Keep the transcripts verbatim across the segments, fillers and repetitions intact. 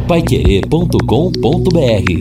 pai querer ponto com ponto b r.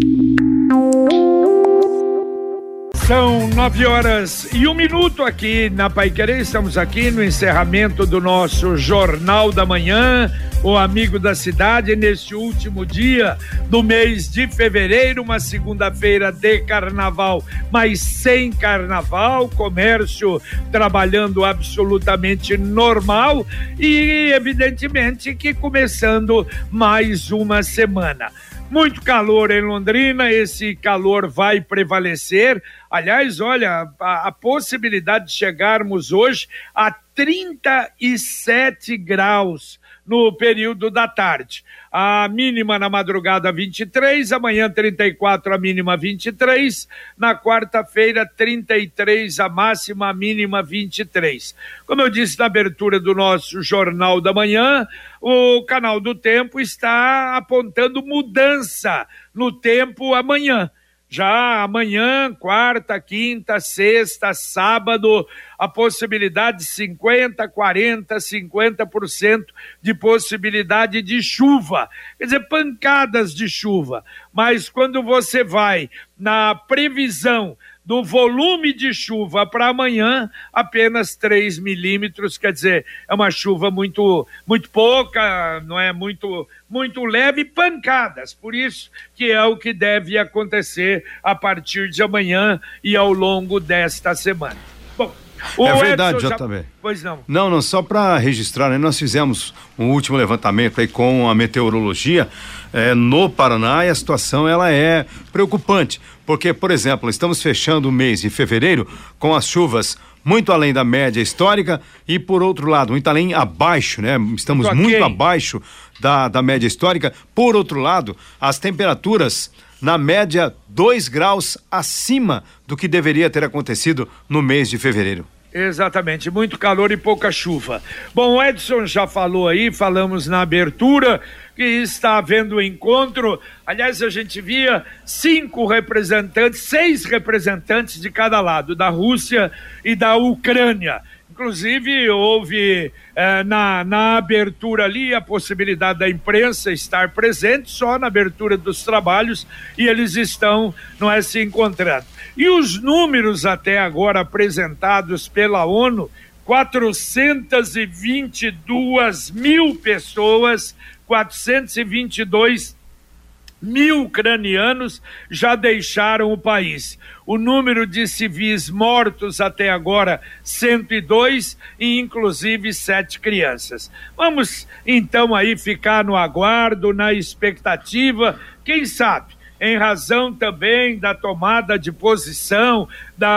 São nove horas e um minuto aqui na Paiquerê. Estamos aqui no encerramento do nosso Jornal da Manhã, o Amigo da Cidade, neste último dia do mês de fevereiro, uma segunda-feira de carnaval, mas sem carnaval, comércio trabalhando absolutamente normal e evidentemente que começando mais uma semana. Muito calor em Londrina, esse calor vai prevalecer. Aliás, olha, a, a possibilidade de chegarmos hoje a trinta e sete graus no período da tarde. A mínima na madrugada vinte e três, amanhã trinta e quatro, a mínima vinte e três, na quarta-feira trinta e três, a máxima, a mínima vinte e três. Como eu disse na abertura do nosso Jornal da Manhã, o Canal do Tempo está apontando mudança no tempo amanhã. Já amanhã, quarta, quinta, sexta, sábado, a possibilidade de cinquenta, quarenta, cinquenta por cento de possibilidade de chuva. Quer dizer, pancadas de chuva. Mas quando você vai na previsão do volume de chuva para amanhã, apenas três milímetros, quer dizer, é uma chuva muito, muito pouca, não é muito, muito leve, pancadas, por isso que é o que deve acontecer a partir de amanhã e ao longo desta semana. Bom, o é verdade, já... J B. Pois não. Não, não, só para registrar, né? Nós fizemos um último levantamento aí com a meteorologia é, no Paraná e a situação ela é preocupante, porque, por exemplo, estamos fechando o mês de fevereiro com as chuvas muito além da média histórica e, por outro lado, muito além abaixo, né? Estamos okay. muito abaixo da, da média histórica. Por outro lado, as temperaturas na média dois graus acima do que deveria ter acontecido no mês de fevereiro. Exatamente, muito calor e pouca chuva. Bom, o Edson já falou aí, falamos na abertura que está havendo um encontro. Aliás, a gente via cinco representantes, seis representantes de cada lado, da Rússia e da Ucrânia. Inclusive, houve eh, na, na abertura ali a possibilidade da imprensa estar presente, só na abertura dos trabalhos, e eles estão, não é, se encontrando. E os números até agora apresentados pela ONU, quatrocentas e vinte e duas mil pessoas, quatrocentos e vinte e dois mil ucranianos já deixaram o país. O número de civis mortos até agora, cento e dois, e inclusive sete crianças. Vamos então aí ficar no aguardo, na expectativa, quem sabe, em razão também da tomada de posição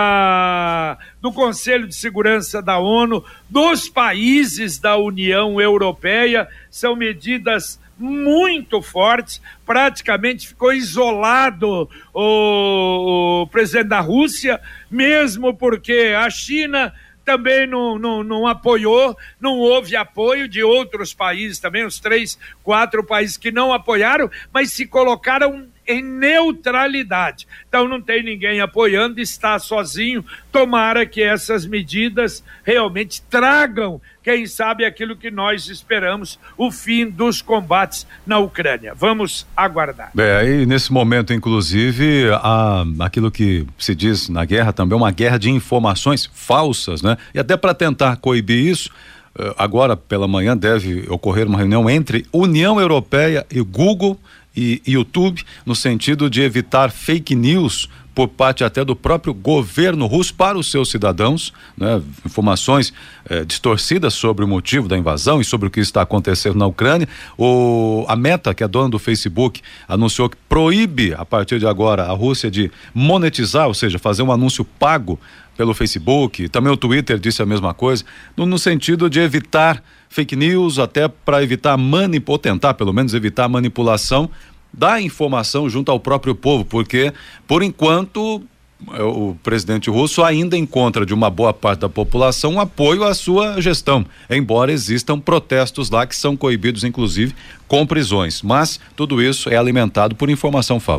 da, do Conselho de Segurança da ONU, dos países da União Europeia, são medidas muito fortes. Praticamente ficou isolado o, o presidente da Rússia, mesmo porque a China também não, não, não apoiou, não houve apoio de outros países também, os três, quatro países que não apoiaram, mas se colocaram em neutralidade. Então não tem ninguém apoiando, está sozinho. Tomara que essas medidas realmente tragam, quem sabe, aquilo que nós esperamos, o fim dos combates na Ucrânia. Vamos aguardar. É, e nesse momento, inclusive, há aquilo que se diz na guerra também, uma guerra de informações falsas, né? E até para tentar coibir isso, agora pela manhã deve ocorrer uma reunião entre União Europeia e Google e YouTube, no sentido de evitar fake news por parte até do próprio governo russo para os seus cidadãos, né? Informações eh, distorcidas sobre o motivo da invasão e sobre o que está acontecendo na Ucrânia. O, a Meta, que é dona do Facebook, anunciou que proíbe a partir de agora a Rússia de monetizar, ou seja, fazer um anúncio pago pelo Facebook. Também o Twitter disse a mesma coisa, no, no sentido de evitar fake news, até para evitar manipulação, ou tentar pelo menos evitar a manipulação da informação junto ao próprio povo, porque por enquanto o presidente russo ainda encontra de uma boa parte da população um apoio à sua gestão, embora existam protestos lá que são coibidos inclusive com prisões, mas tudo isso é alimentado por informação falsa.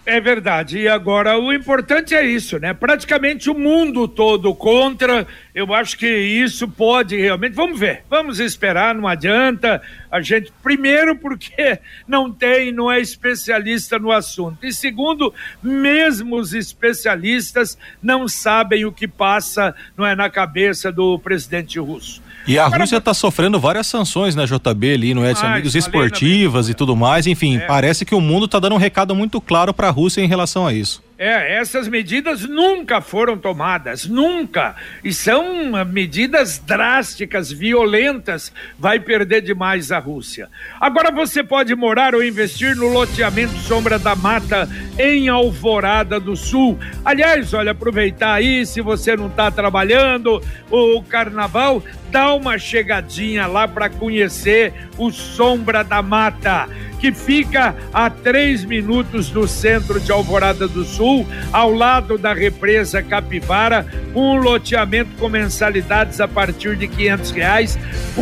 É verdade, e agora o importante é isso, né? Praticamente o mundo todo contra, eu acho que isso pode realmente, vamos ver, vamos esperar, não adianta, a gente, primeiro porque não tem, não é especialista no assunto, e segundo, mesmo os especialistas não sabem o que passa, não é, na cabeça do presidente russo. E a Agora, Rússia está sofrendo várias sanções, né, J B, ali no Edson, amigos esportivas e tudo mais, enfim, é. Parece que o mundo está dando um recado muito claro para a Rússia em relação a isso. É, essas medidas nunca foram tomadas, nunca, e são medidas drásticas, violentas, vai perder demais a Rússia. Agora você pode morar ou investir no loteamento Sombra da Mata em Alvorada do Sul. Aliás, olha, aproveitar aí, se você não está trabalhando, o carnaval, dá uma chegadinha lá para conhecer o Sombra da Mata, que fica a três minutos do centro de Alvorada do Sul, ao lado da represa Capivara, um loteamento com mensalidades a partir de quinhentos reais,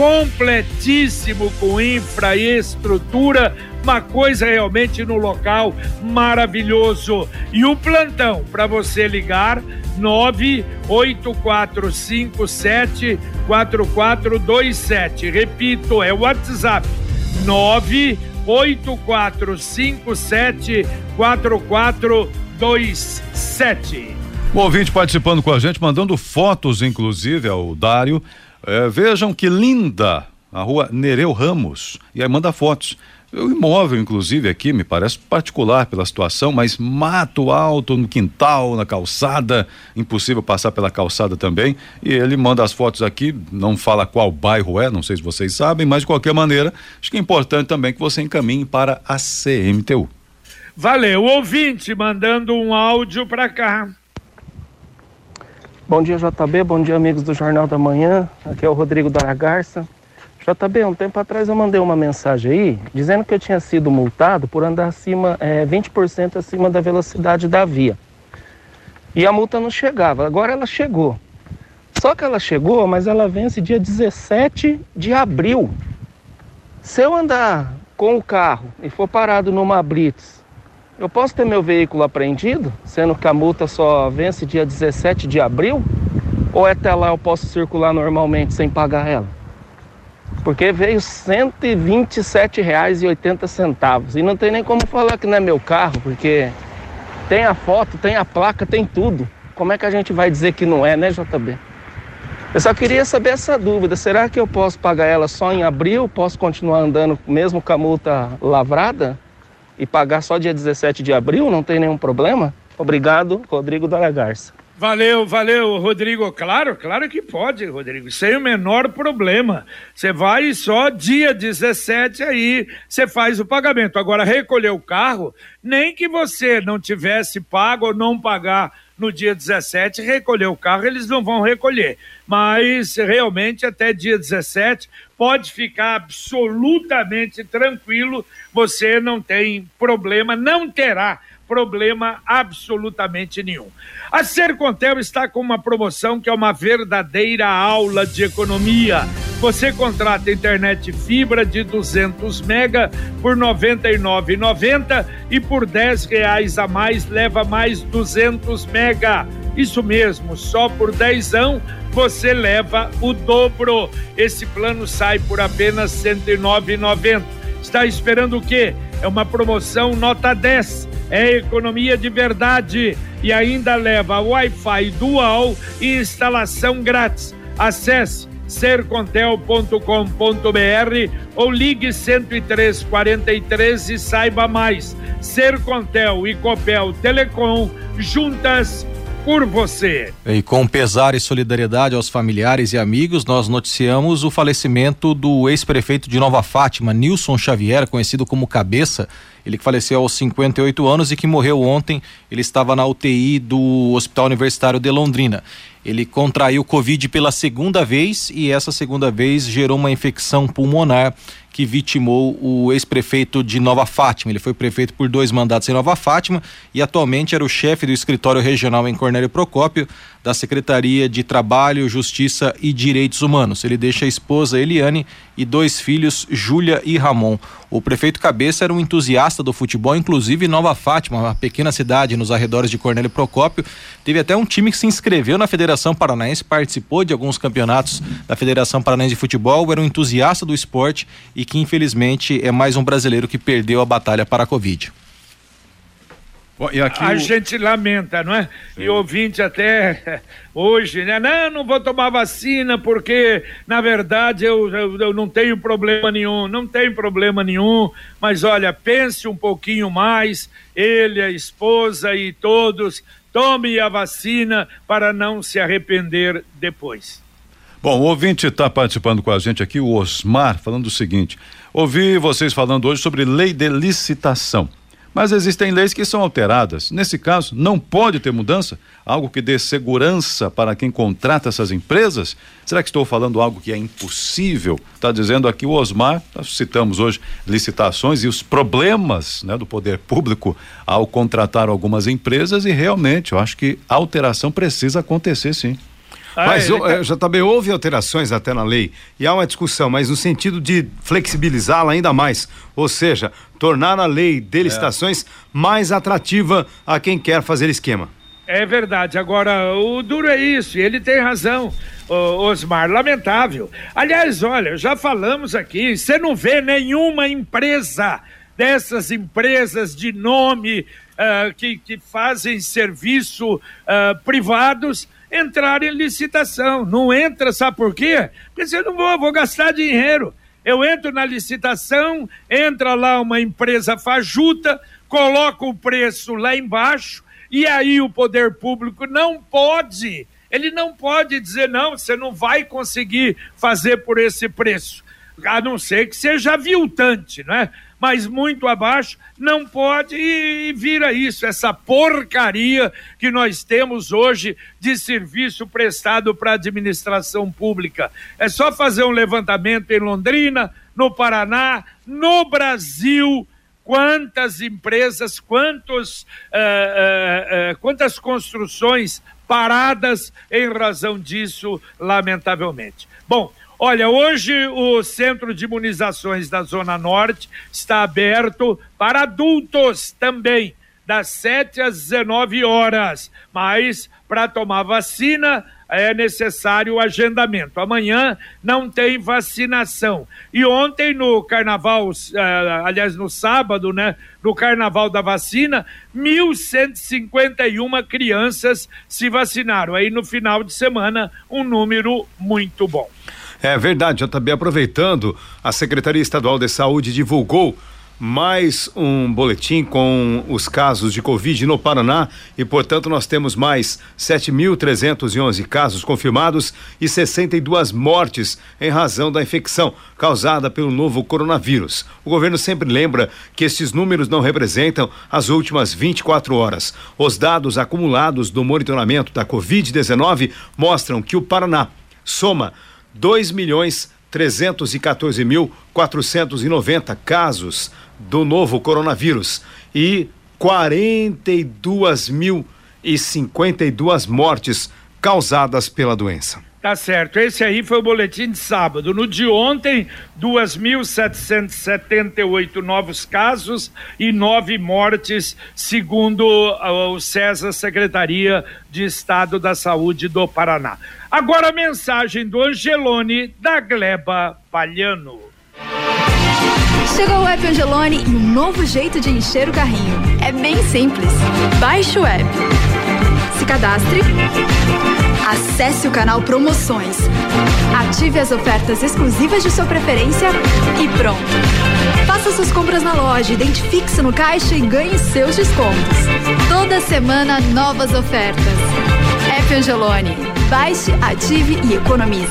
completíssimo com infraestrutura, uma coisa realmente no local maravilhoso. E o plantão para você ligar nove oito quatro cinco sete quatro quatro dois sete, repito, é o WhatsApp nove oito quatro cinco sete quatro quatro dois sete. O ouvinte participando com a gente, mandando fotos, inclusive, ao Dário. É, vejam que linda a rua Nereu Ramos. E aí manda fotos. O imóvel, inclusive, aqui me parece particular pela situação, mas mato alto no quintal, na calçada, impossível passar pela calçada também. E ele manda as fotos aqui, não fala qual bairro é, não sei se vocês sabem, mas de qualquer maneira, acho que é importante também que você encaminhe para a C M T U. Valeu, ouvinte mandando um áudio para cá. Bom dia, J B, bom dia, amigos do Jornal da Manhã, aqui é o Rodrigo da Garça. J B, um tempo atrás eu mandei uma mensagem aí, dizendo que eu tinha sido multado por andar acima, é, vinte por cento acima da velocidade da via. E a multa não chegava, agora ela chegou. Só que ela chegou, mas ela vence dia dezessete de abril. Se eu andar com o carro e for parado numa blitz, eu posso ter meu veículo apreendido, sendo que a multa só vence dia dezessete de abril? Ou até lá eu posso circular normalmente sem pagar ela? Porque veio cento e vinte e sete reais e oitenta centavos. E não tem nem como falar que não é meu carro, porque tem a foto, tem a placa, tem tudo. Como é que a gente vai dizer que não é, né, J B? Eu só queria saber essa dúvida. Será que eu posso pagar ela só em abril? Posso continuar andando mesmo com a multa lavrada? E pagar só dia dezessete de abril? Não tem nenhum problema? Obrigado, Rodrigo da Garça. Valeu, valeu, Rodrigo. Claro, claro que pode, Rodrigo, sem o menor problema. Você vai só dia dezessete, aí você faz o pagamento. Agora, recolher o carro, nem que você não tivesse pago ou não pagar no dia dezessete, recolher o carro, eles não vão recolher. Mas, realmente, até dia dezessete, pode ficar absolutamente tranquilo, você não tem problema, não terá problema absolutamente nenhum. A Sercontel está com uma promoção que é uma verdadeira aula de economia. Você contrata internet fibra de duzentos mega por noventa e nove reais e noventa centavos e por dez reais a mais leva mais duzentos mega. Isso mesmo, só por dezão você leva o dobro. Esse plano sai por apenas cento e nove reais e noventa centavos. Está esperando o quê? É uma promoção nota dez. É economia de verdade e ainda leva Wi-Fi dual e instalação grátis. Acesse sercontel ponto com ponto br ou ligue cento e três, quarenta e três e saiba mais. Sercontel e Copel Telecom, juntas por você. E com pesar e solidariedade aos familiares e amigos, nós noticiamos o falecimento do ex-prefeito de Nova Fátima, Nilson Xavier, conhecido como Cabeça. Ele que faleceu aos cinquenta e oito anos e que morreu ontem. Ele estava na U T I do Hospital Universitário de Londrina. Ele contraiu Covid pela segunda vez e essa segunda vez gerou uma infecção pulmonar que vitimou o ex-prefeito de Nova Fátima. Ele foi prefeito por dois mandatos em Nova Fátima e atualmente era o chefe do escritório regional em Cornélio Procópio, da Secretaria de Trabalho, Justiça e Direitos Humanos. Ele deixa a esposa Eliane e dois filhos, Júlia e Ramon. O prefeito Cabeça era um entusiasta do futebol, inclusive em Nova Fátima, uma pequena cidade nos arredores de Cornélio Procópio. Teve até um time que se inscreveu na Federação Paranaense, participou de alguns campeonatos da Federação Paranaense de Futebol, era um entusiasta do esporte e que infelizmente é mais um brasileiro que perdeu a batalha para a Covid. Bom, e aqui a o... gente lamenta, não é? Sim. E ouvinte até hoje, né? Não, não vou tomar vacina porque, na verdade, eu, eu, eu não tenho problema nenhum, não tem problema nenhum, mas olha, pense um pouquinho mais, ele, a esposa e todos, tome a vacina para não se arrepender depois. Bom, o ouvinte está participando com a gente aqui, o Osmar, falando o seguinte: ouvi vocês falando hoje sobre lei de licitação. Mas existem leis que são alteradas. Nesse caso, não pode ter mudança? Algo que dê segurança para quem contrata essas empresas? Será que estou falando algo que é impossível? Está dizendo aqui o Osmar, nós citamos hoje licitações e os problemas, né, do poder público ao contratar algumas empresas, e realmente eu acho que a alteração precisa acontecer, sim. Mas ah, já também houve alterações até na lei e há uma discussão, mas no sentido de flexibilizá-la ainda mais, ou seja, tornar a lei de licitações é. mais atrativa a quem quer fazer esquema. É verdade, agora o duro é isso, e ele tem razão, Osmar, lamentável. Aliás, olha, já falamos aqui, você não vê nenhuma empresa dessas empresas de nome uh, que, que fazem serviço uh, privados entrar em licitação. Não entra, sabe por quê? Porque se eu não vou, vou gastar dinheiro. Eu entro na licitação, entra lá uma empresa fajuta, coloca o preço lá embaixo, e aí o poder público não pode, ele não pode dizer, não, você não vai conseguir fazer por esse preço, a não ser que seja aviltante, não é? Mas muito abaixo, não pode, e vira isso, essa porcaria que nós temos hoje de serviço prestado para a administração pública. É só fazer um levantamento em Londrina, no Paraná, no Brasil, quantas empresas, quantos, uh, uh, uh, quantas construções paradas em razão disso, lamentavelmente. Bom, olha, hoje o Centro de Imunizações da Zona Norte está aberto para adultos também, das sete às dezenove horas, mas para tomar vacina é necessário o agendamento. Amanhã não tem vacinação. E ontem no carnaval, uh, aliás no sábado, né, no carnaval da vacina, mil cento e cinquenta e uma crianças se vacinaram. Aí no final de semana, um número muito bom. É verdade, já também aproveitando, a Secretaria Estadual de Saúde divulgou mais um boletim com os casos de Covid no Paraná e, portanto, nós temos mais sete mil trezentos e onze casos confirmados e sessenta e duas mortes em razão da infecção causada pelo novo coronavírus. O governo sempre lembra que estes números não representam as últimas vinte e quatro horas. Os dados acumulados do monitoramento da Covid dezenove mostram que o Paraná soma dois milhões trezentos e quatorze mil quatrocentos e noventa casos do novo coronavírus e quarenta e duas mil e cinquenta e duas mortes causadas pela doença. Tá certo, esse aí foi o boletim de sábado. No de ontem, duas mil setecentos e setenta e oito novos casos e nove mortes, segundo o César, Secretaria de Estado da Saúde do Paraná. Agora a mensagem do Angelone, da Gleba Palhano. Chegou o app Angelone e um novo jeito de encher o carrinho. É bem simples. Baixe o app, se cadastre, acesse o canal Promoções, ative as ofertas exclusivas de sua preferência e pronto. Faça suas compras na loja, identifique-se no caixa e ganhe seus descontos. Toda semana, novas ofertas. App Angelone. Baixe, ative e economize.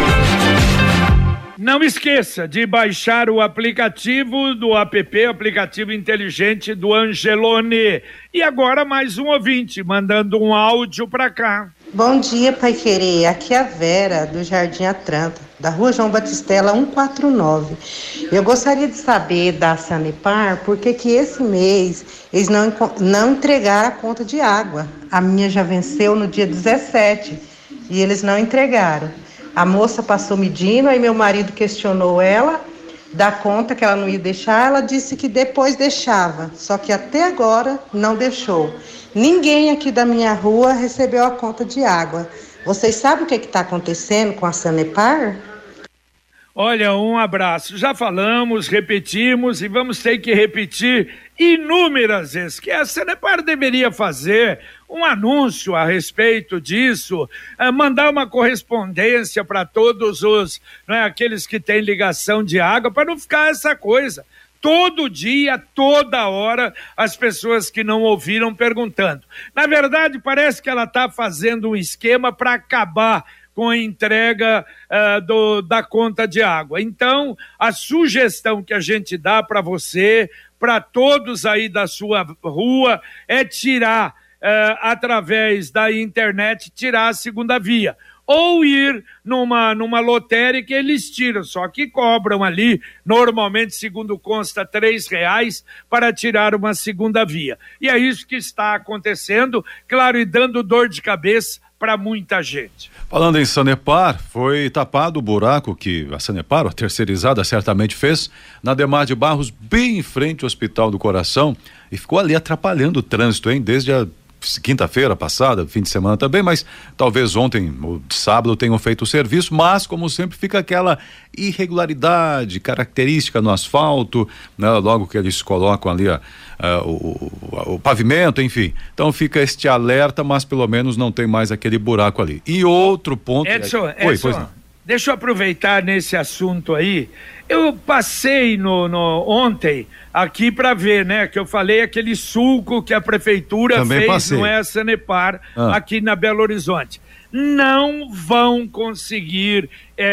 Não esqueça de baixar o aplicativo do app, aplicativo inteligente do Angelone. E agora mais um ouvinte mandando um áudio para cá. Bom dia, Pai Querer. Aqui é a Vera, do Jardim Atlanta. da Rua João Batistella cento e quarenta e nove. Eu gostaria de saber da Sanepar por que que esse mês eles não, não entregaram a conta de água. A minha já venceu no dia dezessete e eles não entregaram. A moça passou medindo, aí meu marido questionou ela da conta que ela não ia deixar, ela disse que depois deixava, só que até agora não deixou. Ninguém aqui da minha rua recebeu a conta de água. Vocês sabem o que está acontecendo com a Sanepar? Olha, um abraço. Já falamos, repetimos e vamos ter que repetir inúmeras vezes que a Sanepar deveria fazer um anúncio a respeito disso, é, mandar uma correspondência para todos os, não é, aqueles que têm ligação de água, para não ficar essa coisa. Todo dia, toda hora, as pessoas que não ouviram perguntando. Na verdade, parece que ela está fazendo um esquema para acabar com a entrega uh, do, da conta de água. Então, a sugestão que a gente dá para você, para todos aí da sua rua, é tirar, uh, através da internet, tirar a segunda via. Ou ir numa, numa lotérica, eles tiram, só que cobram ali, normalmente, segundo consta, três reais para tirar uma segunda via. E é isso que está acontecendo, claro, e dando dor de cabeça para muita gente. Falando em Sanepar, foi tapado o buraco que a Sanepar, a terceirizada, certamente fez na Ademar de Barros, bem em frente ao Hospital do Coração, e ficou ali atrapalhando o trânsito, hein, desde a quinta-feira passada, fim de semana também, mas talvez ontem ou sábado tenham feito o serviço, mas como sempre fica aquela irregularidade característica no asfalto, né? Logo que eles colocam ali a, a, o, o, o pavimento, enfim, então fica este alerta, mas pelo menos não tem mais aquele buraco ali. E outro ponto... Edson, é... Oi, Edson, pois não. Deixa eu aproveitar nesse assunto aí. Eu passei no, no ontem aqui para ver, né? Que eu falei aquele sulco que a prefeitura Também fez passei. no E Sanepar Ah. aqui na Belo Horizonte. Não vão conseguir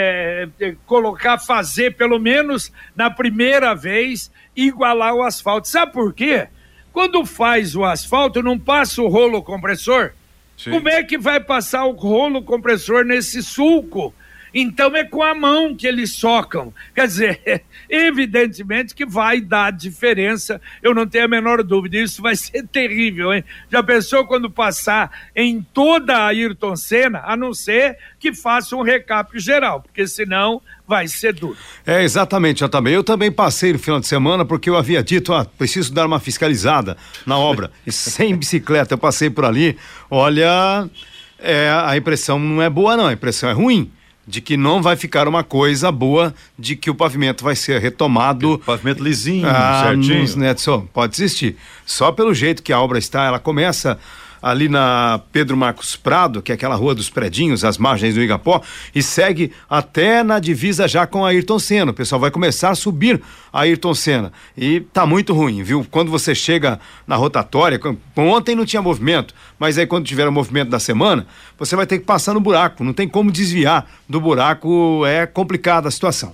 é, é, colocar, fazer pelo menos na primeira vez igualar o asfalto. Sabe por quê? Quando faz o asfalto, não passa o rolo compressor. Sim. Como é que vai passar o rolo compressor nesse sulco? Então é com a mão que eles socam. Quer dizer, evidentemente que vai dar diferença, eu não tenho a menor dúvida, isso vai ser terrível, hein? Já pensou quando passar em toda a Ayrton Senna, a não ser que faça um recap geral, porque senão vai ser duro. É, exatamente, eu também. Eu também passei no final de semana porque eu havia dito, ah, preciso dar uma fiscalizada na obra. E sem bicicleta, eu passei por ali. Olha, é, a impressão não é boa, não, a impressão é ruim. De que não vai ficar uma coisa boa, de que o pavimento vai ser retomado. O pavimento lisinho, ah, certinho. Nos, né, só, pode existir. Só pelo jeito que a obra está, ela começa ali na Pedro Marcos Prado, que é aquela rua dos predinhos, às margens do Igapó, e segue até na divisa já com a Ayrton Senna. O pessoal vai começar a subir a Ayrton Senna. E tá muito ruim, viu? Quando você chega na rotatória, ontem não tinha movimento, mas aí quando tiver o movimento da semana, você vai ter que passar no buraco, não tem como desviar do buraco, é complicada a situação.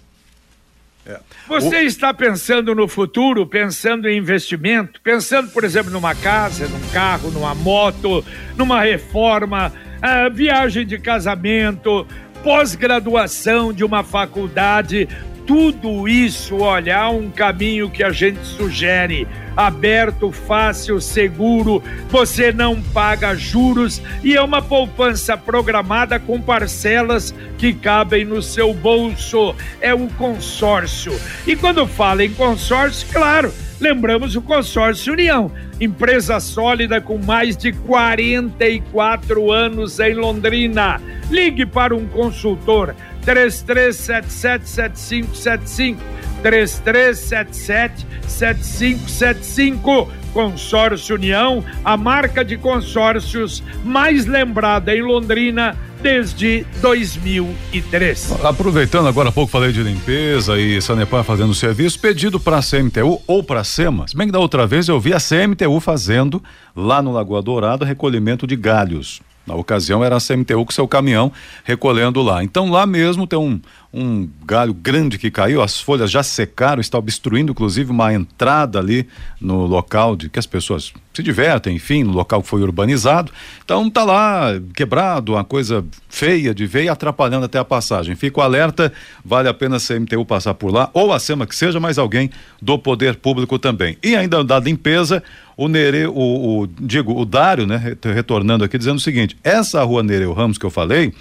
É. Você o... está pensando no futuro, pensando em investimento, pensando, por exemplo, numa casa, num carro, numa moto, numa reforma, uh, viagem de casamento, pós-graduação de uma faculdade, tudo isso, olha, há um caminho que a gente sugere, aberto, fácil, seguro, você não paga juros e é uma poupança programada com parcelas que cabem no seu bolso, é o consórcio. E quando fala em consórcio, claro, lembramos o Consórcio União, empresa sólida com mais de quarenta e quatro anos em Londrina. Ligue para um consultor, três três sete sete, sete cinco sete cinco, três três sete sete, sete cinco sete cinco. Consórcio União, a marca de consórcios mais lembrada em Londrina desde dois mil e três. Aproveitando, agora há pouco falei de limpeza e Sanepar fazendo serviço, pedido para a C M T U ou para a SEMA. Se bem que da outra vez eu vi a C M T U fazendo lá no Lagoa Dourada recolhimento de galhos. Na ocasião era a C M T U com seu caminhão recolhendo lá. Então lá mesmo tem um, um galho grande que caiu, as folhas já secaram, está obstruindo inclusive uma entrada ali no local de que as pessoas se divertem, enfim, no local que foi urbanizado. Então tá lá quebrado, uma coisa feia de ver e atrapalhando até a passagem. Fica o alerta, vale a pena a C M T U passar por lá, ou a SEMA que seja, mas alguém do poder público também. E ainda da limpeza, o Nereu, o, o digo, o Dário, né, retornando aqui dizendo o seguinte: essa rua Nereu Ramos que eu falei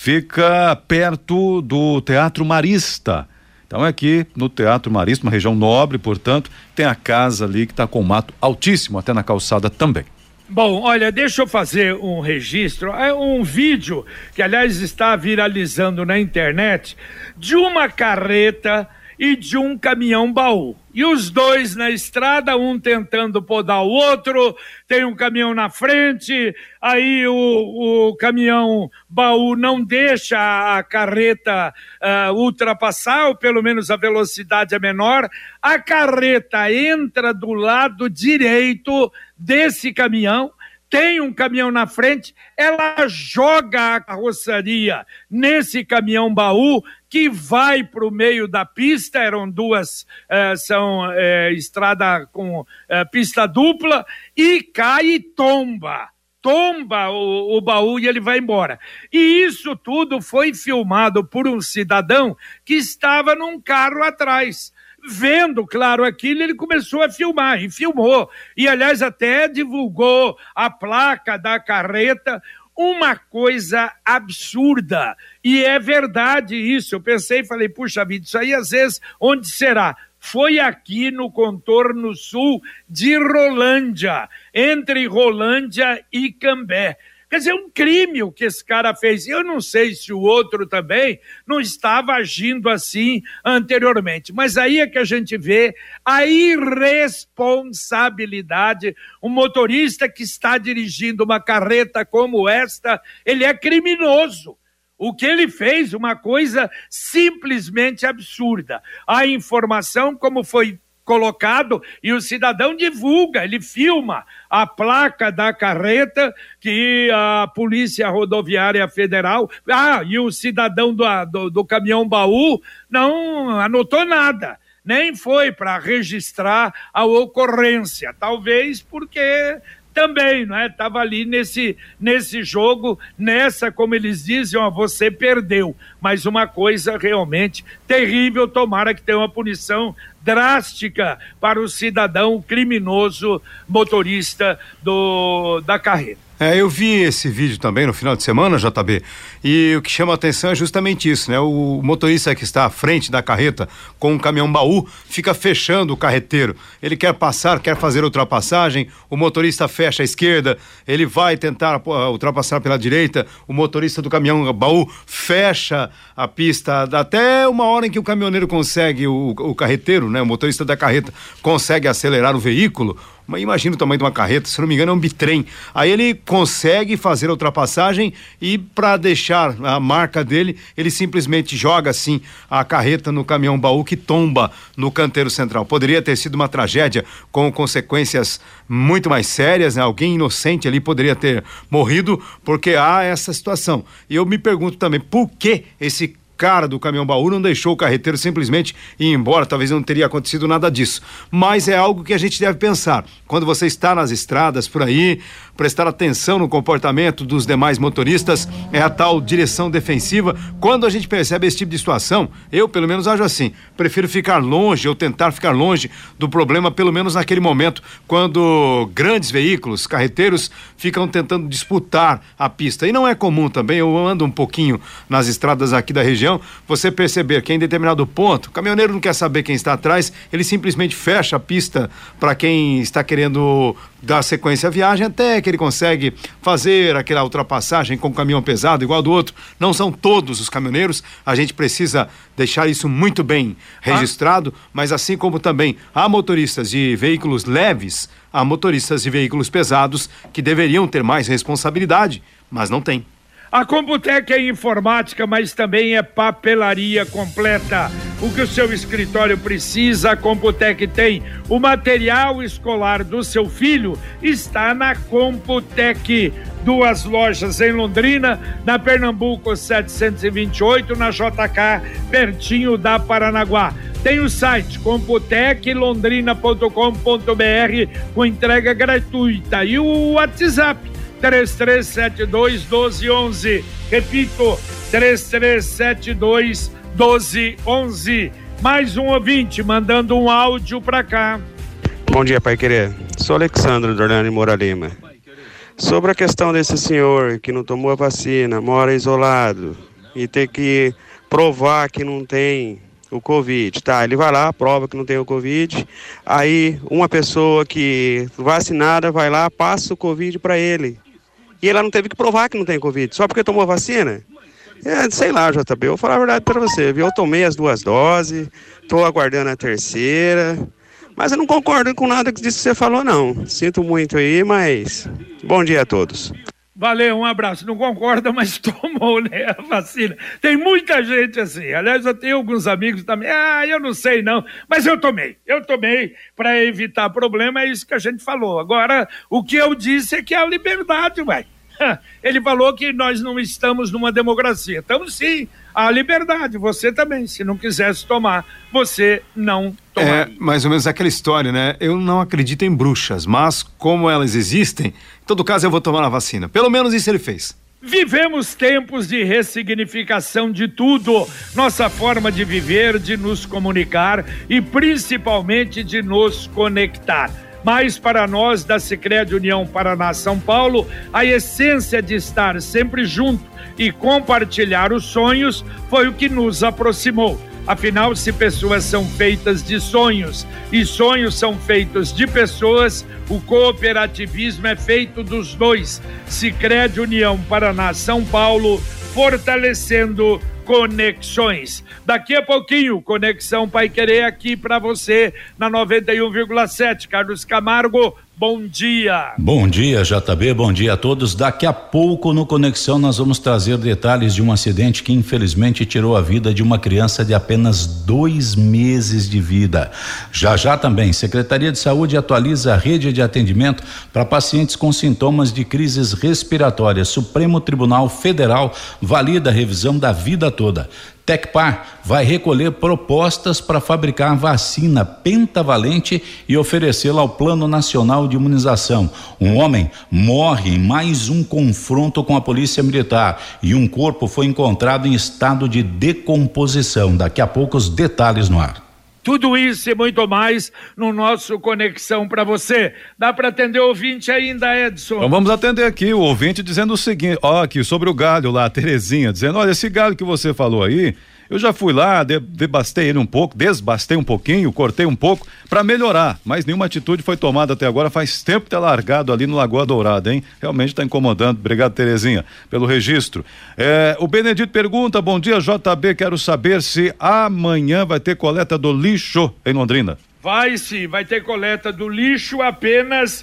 fica perto do Teatro Marista. Então é aqui no Teatro Marista, uma região nobre, portanto, tem a casa ali que está com mato altíssimo, até na calçada também. Bom, olha, deixa eu fazer um registro, é um vídeo que aliás está viralizando na internet de uma carreta e de um caminhão-baú. E os dois na estrada, um tentando podar o outro, tem um caminhão na frente, aí o, o caminhão-baú não deixa a carreta uh, ultrapassar, ou pelo menos a velocidade é menor. A carreta entra do lado direito desse caminhão, tem um caminhão na frente, ela joga a carroceria nesse caminhão-baú, que vai para o meio da pista. Eram duas, eh, são eh, estrada com eh, pista dupla, e cai e tomba, tomba o, o baú e ele vai embora. E isso tudo foi filmado por um cidadão que estava num carro atrás. Vendo, claro, aquilo, ele começou a filmar, e filmou, e aliás até divulgou a placa da carreta. Uma coisa absurda, e é verdade isso. Eu pensei e falei, puxa vida, isso aí às vezes, onde será? Foi aqui no contorno sul de Rolândia, entre Rolândia e Cambé. Quer dizer, um crime o que esse cara fez. Eu não sei se o outro também não estava agindo assim anteriormente. Mas aí é que a gente vê a irresponsabilidade. Um motorista que está dirigindo uma carreta como esta, ele é criminoso. O que ele fez, uma coisa simplesmente absurda. A informação, como foi colocado, e o cidadão divulga, ele filma a placa da carreta que a Polícia Rodoviária Federal, ah, e o cidadão do, do, do caminhão-baú não anotou nada, nem foi para registrar a ocorrência, talvez porque também, não é? Estava ali nesse, nesse jogo, nessa, como eles dizem, ó, você perdeu. Mas uma coisa realmente terrível, tomara que tenha uma punição drástica para o cidadão criminoso motorista do, da carreta. É, eu vi esse vídeo também no final de semana, J B, e o que chama a atenção é justamente isso, né? O motorista que está à frente da carreta com um caminhão-baú fica fechando o carreteiro. Ele quer passar, quer fazer ultrapassagem, o motorista fecha à esquerda, ele vai tentar ultrapassar pela direita, o motorista do caminhão-baú fecha a pista até uma hora em que o caminhoneiro consegue, o, o carreteiro, né? O motorista da carreta consegue acelerar o veículo. Imagina o tamanho de uma carreta, se não me engano é um bitrem. Aí ele consegue fazer a ultrapassagem e, para deixar a marca dele, ele simplesmente joga assim a carreta no caminhão-baú que tomba no canteiro central. Poderia ter sido uma tragédia com consequências muito mais sérias, né? Alguém inocente ali poderia ter morrido, porque há essa situação. E eu me pergunto também, por que esse cara do caminhão-baú não deixou o carreteiro simplesmente ir embora? Talvez não teria acontecido nada disso, mas é algo que a gente deve pensar quando você está nas estradas por aí, prestar atenção no comportamento dos demais motoristas, é a tal direção defensiva. Quando a gente percebe esse tipo de situação, eu pelo menos ajo assim, prefiro ficar longe ou tentar ficar longe do problema, pelo menos naquele momento, quando grandes veículos, carreteiros, ficam tentando disputar a pista. E não é comum também, eu ando um pouquinho nas estradas aqui da região, você perceber que em determinado ponto, o caminhoneiro não quer saber quem está atrás, ele simplesmente fecha a pista para quem está querendo dar sequência à viagem, até que ele consegue fazer aquela ultrapassagem com o caminhão pesado igual do outro. Não são todos os caminhoneiros, a gente precisa deixar isso muito bem registrado, ah. mas assim como também há motoristas de veículos leves, há motoristas de veículos pesados que deveriam ter mais responsabilidade, mas não tem. A Computec é informática, mas também é papelaria completa. O que o seu escritório precisa, a Computec tem. O material escolar do seu filho está na Computec. Duas lojas em Londrina, na Pernambuco setecentos e vinte e oito, na J K, pertinho da Paranaguá. Tem o site computec londrina ponto com ponto b r com entrega gratuita e o WhatsApp três três sete dois, doze onze. Repito, três três sete dois, doze onze. Mais um ouvinte mandando um áudio para cá. Bom dia, Pai Querer. Sou Alexandre do Orlando Moura Lima. Sobre a questão desse senhor que não tomou a vacina, mora isolado e ter que provar que não tem o Covid, tá? Ele vai lá, prova que não tem o Covid, aí uma pessoa que vacinada vai lá, passa o Covid para ele. E ela não teve que provar que não tem Covid, só porque tomou a vacina? É, sei lá, J B, eu vou falar a verdade para você, viu? Eu tomei as duas doses, tô aguardando a terceira, mas eu não concordo com nada disso que você falou, não. Sinto muito aí, mas bom dia a todos. Valeu, um abraço. Não concorda, mas tomou, né, a vacina. Tem muita gente assim. Aliás, eu tenho alguns amigos também. Ah, eu não sei não, mas eu tomei. Eu tomei para evitar problema, é isso que a gente falou. Agora, o que eu disse é que é a liberdade, ué. Ele falou que nós não estamos numa democracia. Estamos sim, a liberdade. Você também, se não quisesse tomar, você não tomaria. É mais ou menos aquela história, né? Eu não acredito em bruxas, mas como elas existem, em todo caso eu vou tomar a vacina. Pelo menos isso ele fez. Vivemos tempos de ressignificação de tudo. Nossa forma de viver, de nos comunicar e principalmente de nos conectar. Mas para nós da Sicredi União Paraná São Paulo, a essência de estar sempre junto e compartilhar os sonhos foi o que nos aproximou. Afinal, se pessoas são feitas de sonhos e sonhos são feitos de pessoas, o cooperativismo é feito dos dois. Sicredi União Paraná São Paulo, fortalecendo conexões. Daqui a pouquinho, Conexão Pai Querer aqui para você na noventa e um vírgula sete. Carlos Camargo, bom dia. Bom dia, J B, bom dia a todos. Daqui a pouco no Conexão nós vamos trazer detalhes de um acidente que infelizmente tirou a vida de uma criança de apenas dois meses de vida. Já já também, Secretaria de Saúde atualiza a rede de atendimento para pacientes com sintomas de crises respiratórias. Supremo Tribunal Federal valida a revisão da vida toda. Tecpar vai recolher propostas para fabricar vacina pentavalente e oferecê-la ao Plano Nacional de Imunização. Um homem morre em mais um confronto com a Polícia Militar e um corpo foi encontrado em estado de decomposição. Daqui a pouco os detalhes no ar. Tudo isso e muito mais no nosso Conexão para você. Dá para atender o ouvinte ainda, Edson? Então vamos atender aqui o ouvinte dizendo o seguinte, ó, aqui sobre o galho lá, a Terezinha, dizendo, olha, esse galho que você falou aí, eu já fui lá, de, debastei ele um pouco, desbastei um pouquinho, cortei um pouco para melhorar, mas nenhuma atitude foi tomada até agora, faz tempo que tá largado ali no Lagoa Dourada, hein? Realmente tá incomodando. Obrigado, Terezinha, pelo registro. É, o Benedito pergunta, bom dia, J B, quero saber se amanhã vai ter coleta do lixo em Londrina. Vai sim, vai ter coleta do lixo, apenas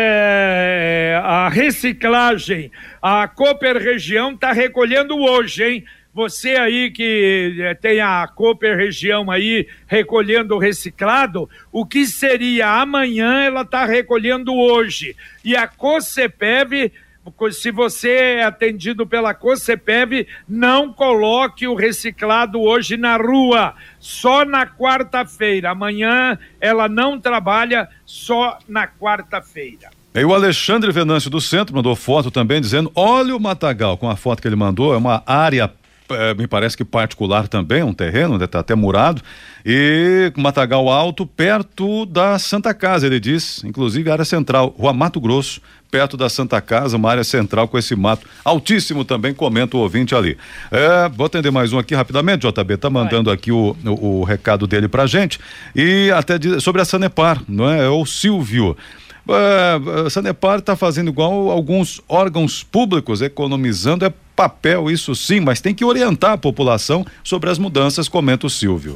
é, a reciclagem. A Cooper Região tá recolhendo hoje, hein? Você aí que tem a Cooper Região aí recolhendo reciclado, o que seria amanhã ela está recolhendo hoje. E a COCEPEV, se você é atendido pela COCEPEV, não coloque o reciclado hoje na rua, só na quarta-feira. Amanhã ela não trabalha, só na quarta-feira. E o Alexandre Venâncio do Centro mandou foto também dizendo, olha o matagal, com a foto que ele mandou, é uma área É, me parece que particular também, um terreno, está até murado, e matagal alto, perto da Santa Casa, ele diz, inclusive área central, Rua Mato Grosso, perto da Santa Casa, uma área central com esse mato altíssimo também, comenta o ouvinte ali. É, vou atender mais um aqui rapidamente, J B, tá mandando Vai. aqui o, o, o recado dele pra gente, e até de, sobre a Sanepar, não é? É o Silvio. Uh, a Sanepar está fazendo igual alguns órgãos públicos, economizando é papel, isso sim, mas tem que orientar a população sobre as mudanças, comenta o Silvio.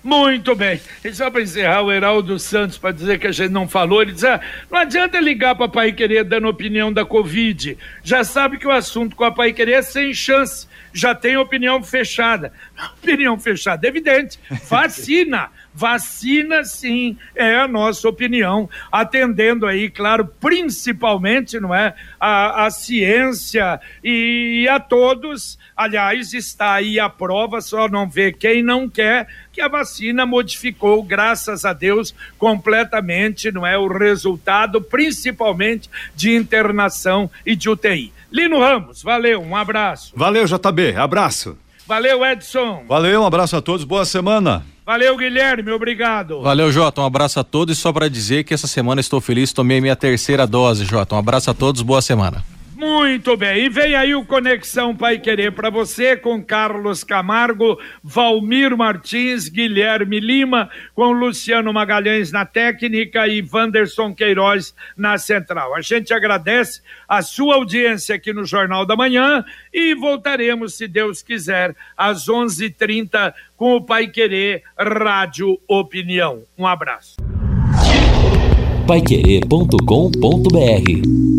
Muito bem. E só para encerrar, o Heraldo Santos, para dizer que a gente não falou, ele diz, ah, não adianta ligar para a Paiquerê dando opinião da Covid. Já sabe que o assunto com a Paiquerê é sem chance. Já tem opinião fechada. Opinião fechada, evidente. Vacina. Vacina, sim, é a nossa opinião, atendendo aí, claro, principalmente, não é, a, a ciência e a todos. Aliás, está aí a prova, só não vê quem não quer, que a vacina modificou, graças a Deus, completamente, não é, o resultado, principalmente de internação e de U T I. Lino Ramos, valeu, um abraço. Valeu, J B, abraço. Valeu, Edson. Valeu, um abraço a todos, boa semana. Valeu, Guilherme, obrigado. Valeu, Jota, um abraço a todos e só para dizer que essa semana estou feliz, tomei minha terceira dose, Jota. Um abraço a todos, boa semana. Muito bem, e vem aí o Conexão Paiquerê para você com Carlos Camargo, Valmir Martins, Guilherme Lima, com Luciano Magalhães na técnica e Wanderson Queiroz na central. A gente agradece a sua audiência aqui no Jornal da Manhã e voltaremos, se Deus quiser, às onze e trinta com o Paiquerê Rádio Opinião. Um abraço. paiquerê ponto com ponto br